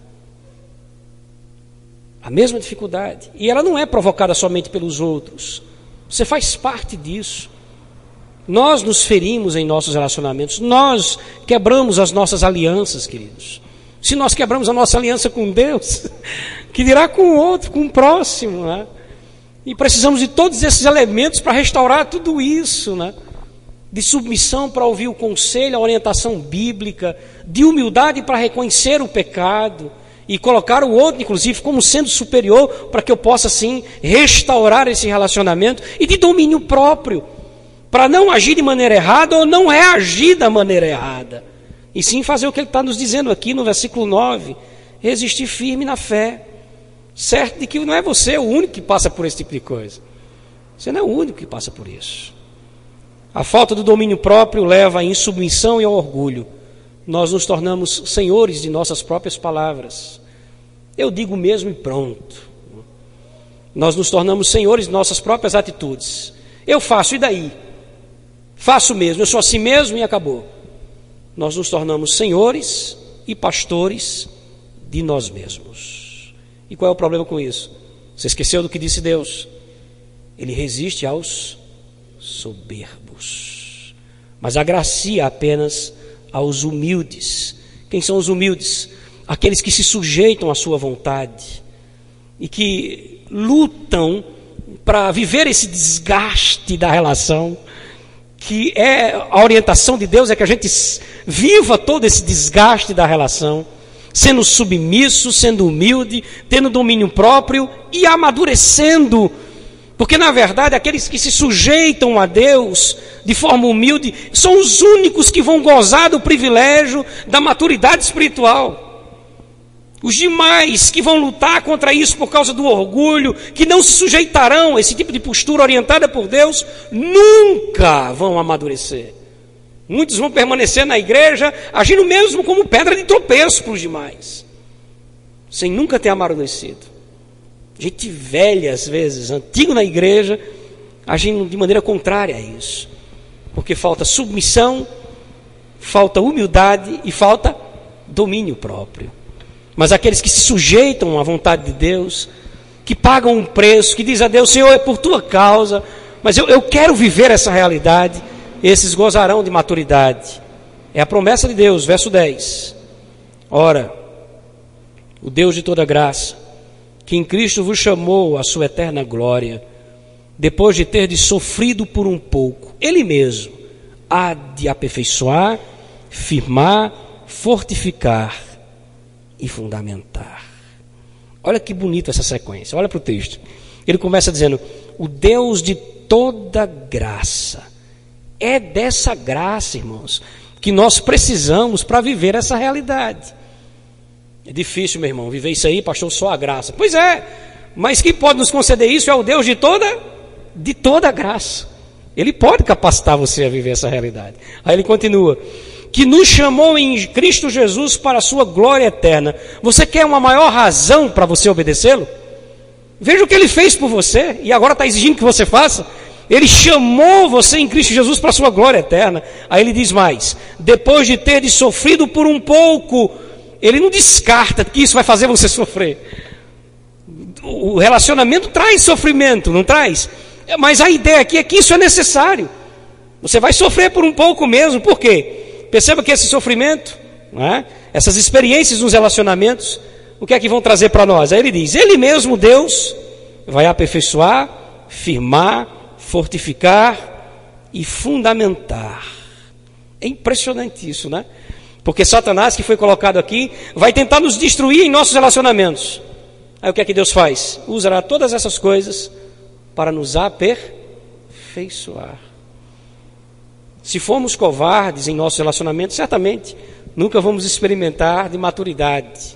A mesma dificuldade. E ela não é provocada somente pelos outros. Você faz parte disso. Nós nos ferimos em nossos relacionamentos. Nós quebramos as nossas alianças, queridos. Se nós quebramos a nossa aliança com Deus, que dirá com o outro, com o próximo, né? E precisamos de todos esses elementos para restaurar tudo isso, né? De submissão para ouvir o conselho, a orientação bíblica, de humildade para reconhecer o pecado e colocar o outro, inclusive, como sendo superior, para que eu possa, assim, restaurar esse relacionamento, e de domínio próprio, para não agir de maneira errada ou não reagir da maneira errada, e sim fazer o que ele está nos dizendo aqui no versículo nove, resistir firme na fé, certo de que não é você o único que passa por esse tipo de coisa, você não é o único que passa por isso. A falta do domínio próprio leva à insubmissão e ao orgulho. Nós nos tornamos senhores de nossas próprias palavras. Eu digo mesmo e pronto. Nós nos tornamos senhores de nossas próprias atitudes. Eu faço, e daí? Faço mesmo, eu sou assim mesmo e acabou. Nós nos tornamos senhores e pastores de nós mesmos. E qual é o problema com isso? Você esqueceu do que disse Deus? Ele resiste aos soberbos, mas agracia apenas aos humildes. Quem são os humildes? Aqueles que se sujeitam à sua vontade e que lutam para viver esse desgaste da relação, que é a orientação de Deus, é que a gente viva todo esse desgaste da relação, sendo submisso, sendo humilde, tendo domínio próprio e amadurecendo. Porque, na verdade, aqueles que se sujeitam a Deus de forma humilde são os únicos que vão gozar do privilégio da maturidade espiritual. Os demais que vão lutar contra isso por causa do orgulho, que não se sujeitarão a esse tipo de postura orientada por Deus, nunca vão amadurecer. Muitos vão permanecer na igreja, agindo mesmo como pedra de tropeço para os demais, sem nunca ter amadurecido. Gente velha, às vezes, antigo na igreja, agindo de maneira contrária a isso. Porque falta submissão, falta humildade e falta domínio próprio. Mas aqueles que se sujeitam à vontade de Deus, que pagam um preço, que dizem a Deus, Senhor, é por tua causa, mas eu, eu quero viver essa realidade, esses gozarão de maturidade. É a promessa de Deus, verso dez. Ora, o Deus de toda graça, que em Cristo vos chamou à sua eterna glória, depois de ter de sofrido por um pouco, Ele mesmo há de aperfeiçoar, firmar, fortificar e fundamentar. Olha que bonito essa sequência, olha para o texto. Ele começa dizendo, o Deus de toda graça. É dessa graça, irmãos, que nós precisamos para viver essa realidade. É difícil, meu irmão, viver isso aí, pastor, só a graça. Pois é, mas quem pode nos conceder isso é o Deus de toda, de toda graça. Ele pode capacitar você a viver essa realidade. Aí ele continua, que nos chamou em Cristo Jesus para a sua glória eterna. Você quer uma maior razão para você obedecê-lo? Veja o que ele fez por você e agora está exigindo que você faça. Ele chamou você em Cristo Jesus para a sua glória eterna. Aí ele diz mais, depois de ter de sofrido por um pouco, ele não descarta que isso vai fazer você sofrer. O relacionamento traz sofrimento, não traz? Mas a ideia aqui é que isso é necessário. Você vai sofrer por um pouco mesmo, por quê? Perceba que esse sofrimento, não é? Essas experiências nos relacionamentos, o que é que vão trazer para nós? Aí ele diz, Ele mesmo, Deus, vai aperfeiçoar, firmar, fortificar e fundamentar. É impressionante isso, né? Porque Satanás, que foi colocado aqui, vai tentar nos destruir em nossos relacionamentos. Aí o que é que Deus faz? Usará todas essas coisas para nos aperfeiçoar. Se formos covardes em nossos relacionamentos, certamente nunca vamos experimentar de maturidade.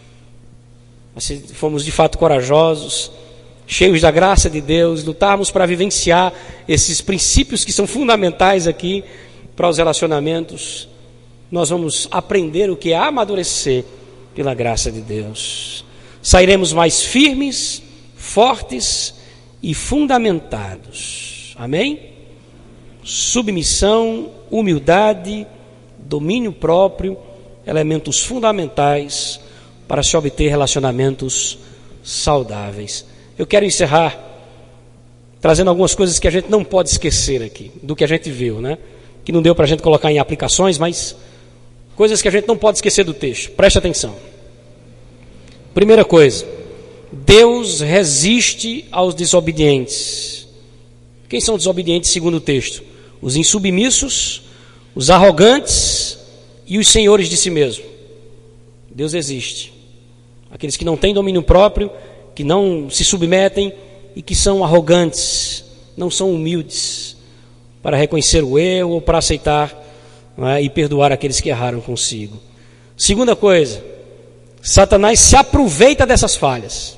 Mas se formos de fato corajosos, cheios da graça de Deus, lutarmos para vivenciar esses princípios que são fundamentais aqui para os relacionamentos, nós vamos aprender o que é amadurecer pela graça de Deus. Sairemos mais firmes, fortes e fundamentados. Amém? Submissão, humildade, domínio próprio, elementos fundamentais para se obter relacionamentos saudáveis. Eu quero encerrar trazendo algumas coisas que a gente não pode esquecer aqui, do que a gente viu, né? Que não deu para a gente colocar em aplicações, mas coisas que a gente não pode esquecer do texto. Preste atenção. Primeira coisa, Deus resiste aos desobedientes. Quem são desobedientes segundo o texto? Os insubmissos, os arrogantes e os senhores de si mesmo. Deus existe. Aqueles que não têm domínio próprio, que não se submetem e que são arrogantes, não são humildes para reconhecer o erro ou para aceitar, não é, e perdoar aqueles que erraram consigo. Segunda coisa, Satanás se aproveita dessas falhas.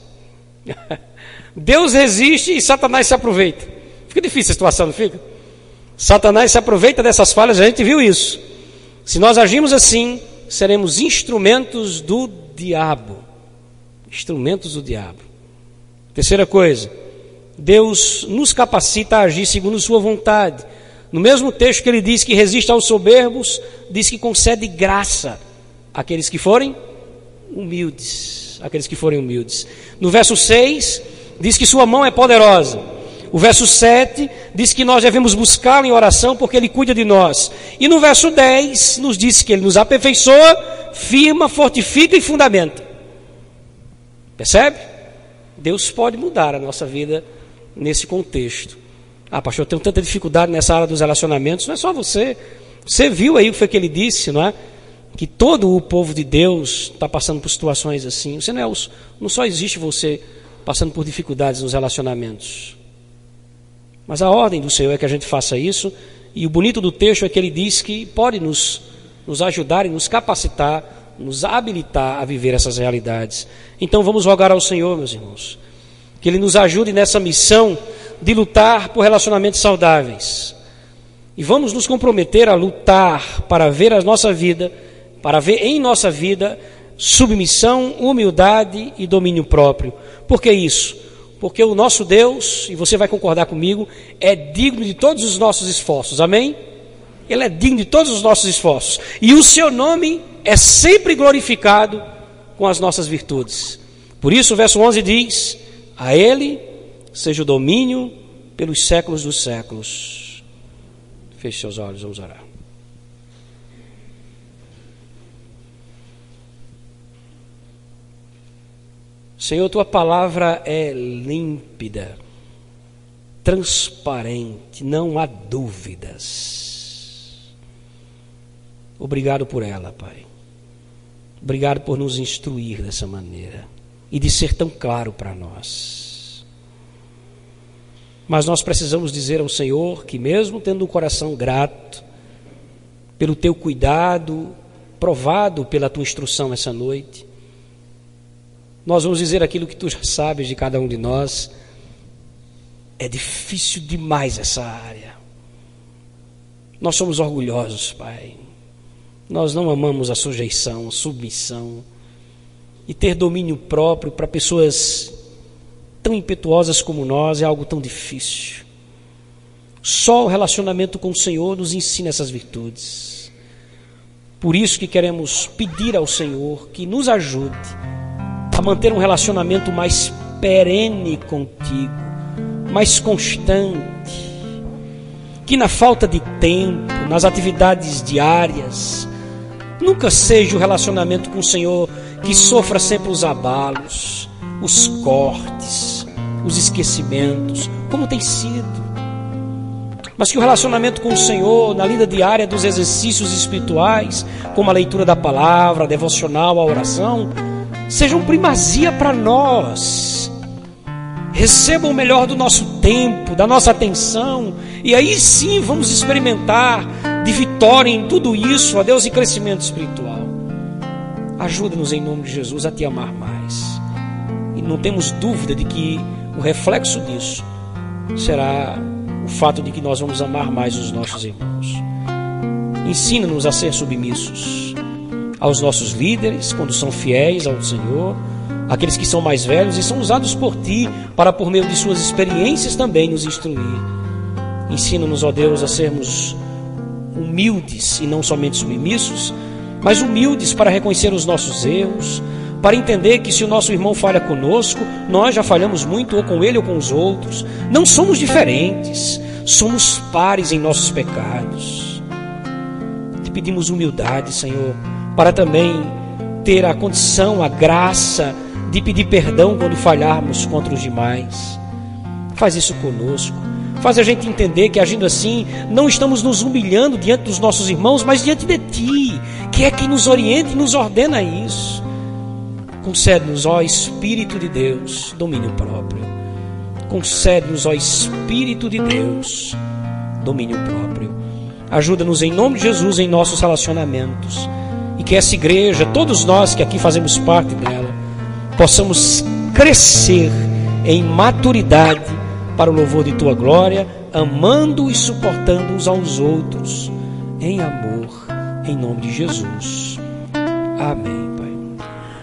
Deus resiste e Satanás se aproveita. Fica difícil a situação, não fica? Satanás se aproveita dessas falhas, a gente viu isso. Se nós agimos assim, seremos instrumentos do diabo. Instrumentos do diabo. Terceira coisa, Deus nos capacita a agir segundo sua vontade. No mesmo texto que ele diz que resiste aos soberbos, diz que concede graça àqueles que forem humildes. Aqueles que forem humildes. No verso seis, diz que sua mão é poderosa. O verso sete diz que nós devemos buscá-lo em oração porque ele cuida de nós. E no verso dez nos diz que ele nos aperfeiçoa, firma, fortifica e fundamenta. Percebe? Deus pode mudar a nossa vida nesse contexto. Ah, pastor, eu tenho tanta dificuldade nessa área dos relacionamentos. Não é só você. Você viu aí o que foi que ele disse, não é? Que todo o povo de Deus está passando por situações assim. Você não, é os, não só existe você passando por dificuldades nos relacionamentos. Mas a ordem do Senhor é que a gente faça isso. E o bonito do texto é que ele diz que pode nos, nos ajudar e nos capacitar, nos habilitar a viver essas realidades. Então vamos rogar ao Senhor, meus irmãos, que Ele nos ajude nessa missão de lutar por relacionamentos saudáveis. E vamos nos comprometer a lutar para ver a nossa vida, para ver em nossa vida submissão, humildade e domínio próprio. Por que isso? Porque o nosso Deus, e você vai concordar comigo, é digno de todos os nossos esforços, amém? Ele é digno de todos os nossos esforços. E o seu nome é sempre glorificado com as nossas virtudes. Por isso o verso onze diz: a Ele seja o domínio pelos séculos dos séculos. Feche seus olhos, vamos orar. Senhor, tua palavra é límpida, transparente, não há dúvidas. Obrigado por ela, Pai. Obrigado por nos instruir dessa maneira e de ser tão claro para nós. Mas nós precisamos dizer ao Senhor que, mesmo tendo um coração grato pelo teu cuidado, provado pela tua instrução essa noite, nós vamos dizer aquilo que tu já sabes de cada um de nós. É difícil demais essa área. Nós somos orgulhosos, Pai. Nós não amamos a sujeição, a submissão. E ter domínio próprio para pessoas tão impetuosas como nós é algo tão difícil. Só o relacionamento com o Senhor nos ensina essas virtudes. Por isso que queremos pedir ao Senhor que nos ajude a manter um relacionamento mais perene contigo, mais constante, que na falta de tempo, nas atividades diárias, nunca seja o relacionamento com o Senhor que sofra sempre os abalos, os cortes, os esquecimentos, como tem sido. Mas que o relacionamento com o Senhor, na lida diária dos exercícios espirituais, como a leitura da palavra, a devocional, a oração, sejam primazia para nós. Recebam o melhor do nosso tempo, da nossa atenção, e aí sim vamos experimentar de vitória em tudo isso, ó Deus, e crescimento espiritual. Ajuda-nos em nome de Jesus a te amar mais. E não temos dúvida de que o reflexo disso será o fato de que nós vamos amar mais os nossos irmãos. Ensina-nos a ser submissos aos nossos líderes, quando são fiéis ao Senhor, aqueles que são mais velhos e são usados por Ti para, por meio de suas experiências, também nos instruir. Ensina-nos, ó Deus, a sermos humildes e não somente submissos, mas humildes para reconhecer os nossos erros, para entender que se o nosso irmão falha conosco, nós já falhamos muito, ou com ele ou com os outros. Não somos diferentes, somos pares em nossos pecados. Te pedimos humildade, Senhor, para também ter a condição, a graça de pedir perdão quando falharmos contra os demais. Faz isso conosco. Faz a gente entender que, agindo assim, não estamos nos humilhando diante dos nossos irmãos, mas diante de Ti, que é quem nos orienta e nos ordena isso. Concede-nos, ó Espírito de Deus, domínio próprio. Concede-nos, ó Espírito de Deus, domínio próprio. Ajuda-nos em nome de Jesus em nossos relacionamentos. E que essa igreja, todos nós que aqui fazemos parte dela, possamos crescer em maturidade para o louvor de Tua glória, amando e suportando uns aos outros em amor, em nome de Jesus. Amém.